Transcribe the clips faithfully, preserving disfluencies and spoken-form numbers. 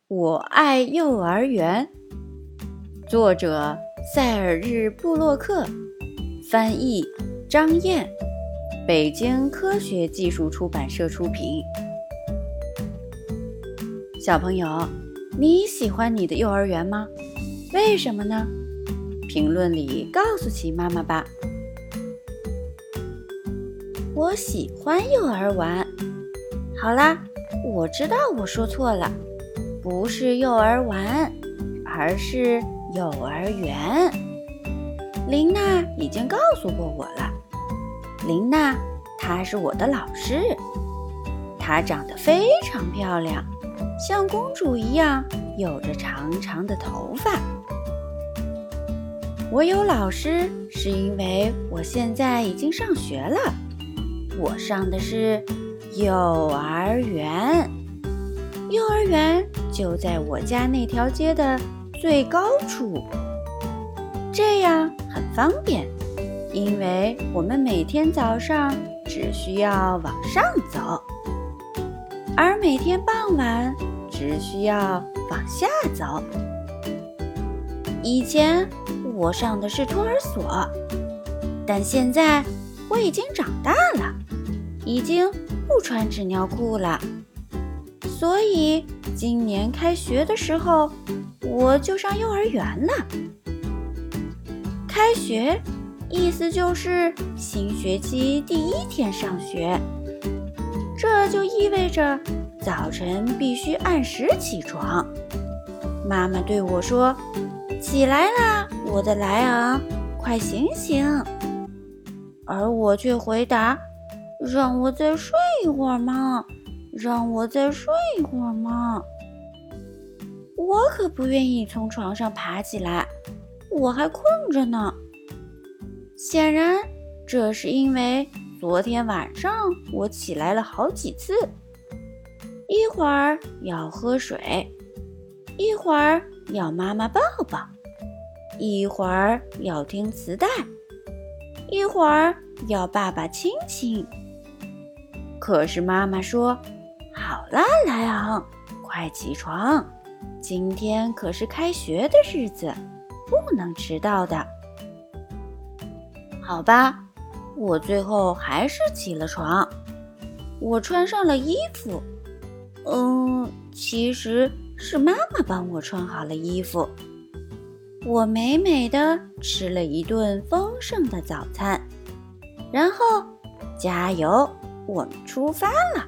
我爱幼儿园，作者塞尔日·布洛克，翻译张燕，北京科学技术出版社出品。小朋友，你喜欢你的幼儿园吗？为什么呢？评论里告诉奇妈妈吧。我喜欢幼儿园。好啦，我知道我说错了，不是幼儿园，而是幼儿园。琳娜已经告诉过我了。琳娜，她是我的老师，她长得非常漂亮，像公主一样，有着长长的头发。我有老师，是因为我现在已经上学了。我上的是幼儿园，幼儿园就在我家那条街的最高处，这样很方便，因为我们每天早上只需要往上走，而每天傍晚只需要往下走。以前我上的是托儿所，但现在我已经长大了，已经不穿纸尿裤了，所以今年开学的时候我就上幼儿园了。开学意思就是新学期第一天上学，这就意味着早晨必须按时起床。妈妈对我说：“起来啦，我的莱昂，快醒醒！”而我却回答：“让我再睡一会儿嘛，让我再睡一会儿嘛。”我可不愿意从床上爬起来，我还困着呢。显然，这是因为昨天晚上我起来了好几次，一会儿要喝水，一会儿要妈妈抱抱，一会儿要听磁带，一会儿要爸爸亲亲。可是妈妈说：“好啦，莱昂，快起床，今天可是开学的日子，不能迟到的。”好吧，我最后还是起了床。我穿上了衣服，嗯，其实是妈妈帮我穿好了衣服。我美美的吃了一顿丰盛的早餐，然后加油，我们出发了。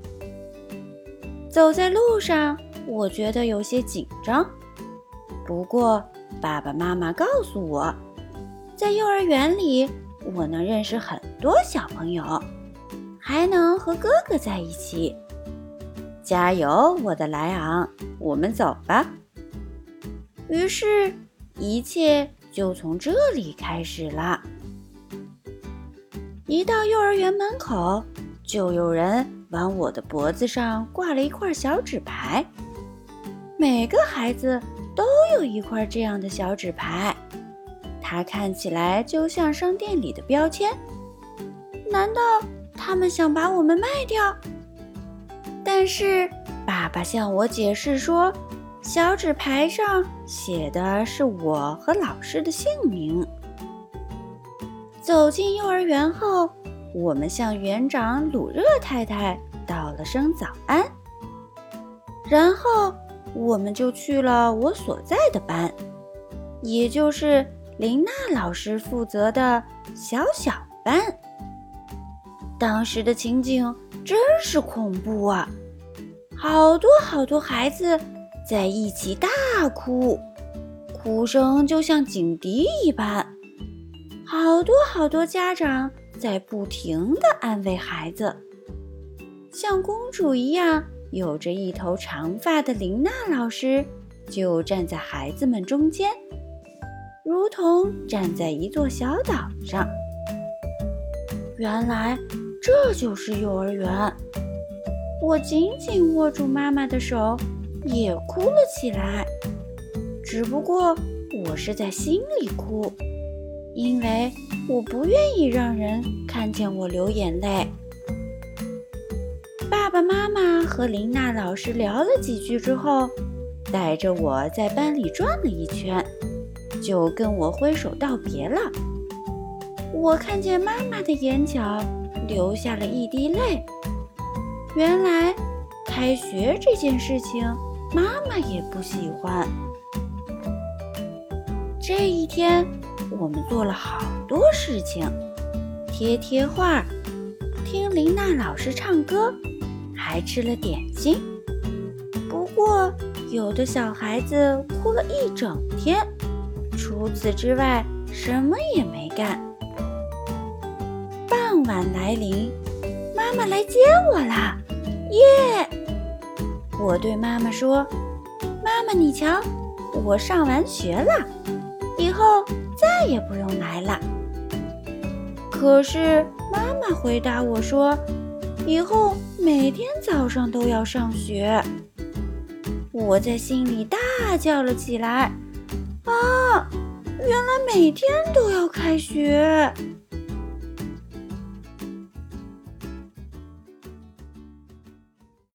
走在路上，我觉得有些紧张。不过爸爸妈妈告诉我，在幼儿园里，我能认识很多小朋友，还能和哥哥在一起。加油，我的莱昂，我们走吧。于是，一切就从这里开始了。一到幼儿园门口，就有人往我的脖子上挂了一块小纸牌。每个孩子都有一块这样的小纸牌，它看起来就像商店里的标签。难道他们想把我们卖掉？但是爸爸向我解释说，小纸牌上写的是我和老师的姓名。走进幼儿园后，我们向园长鲁热太太道了声早安，然后我们就去了我所在的班，也就是琳娜老师负责的小小班。当时的情景真是恐怖啊！好多好多孩子在一起大哭，哭声就像警笛一般。好多好多家长在不停地安慰孩子。像公主一样有着一头长发的琳娜老师就站在孩子们中间，如同站在一座小岛上。原来这就是幼儿园。我紧紧握住妈妈的手，也哭了起来。只不过我是在心里哭，因为我不愿意让人看见我流眼泪。爸爸妈妈和琳娜老师聊了几句之后， 带着我在班里转了一圈，就跟我挥手道别了。我看见妈妈的眼角流下了一滴泪。原来，开学这件事情，妈妈也不喜欢。这一天，我们做了好多事情，贴贴画，听琳娜老师唱歌，还吃了点心。不过，有的小孩子哭了一整天，除此之外，什么也没干。傍晚来临，妈妈来接我啦！耶！我对妈妈说：“妈妈，你瞧，我上完学了，以后再也不用来了。”可是妈妈回答我说：“以后每天早上都要上学。”我在心里大叫了起来：“啊，原来每天都要开学！”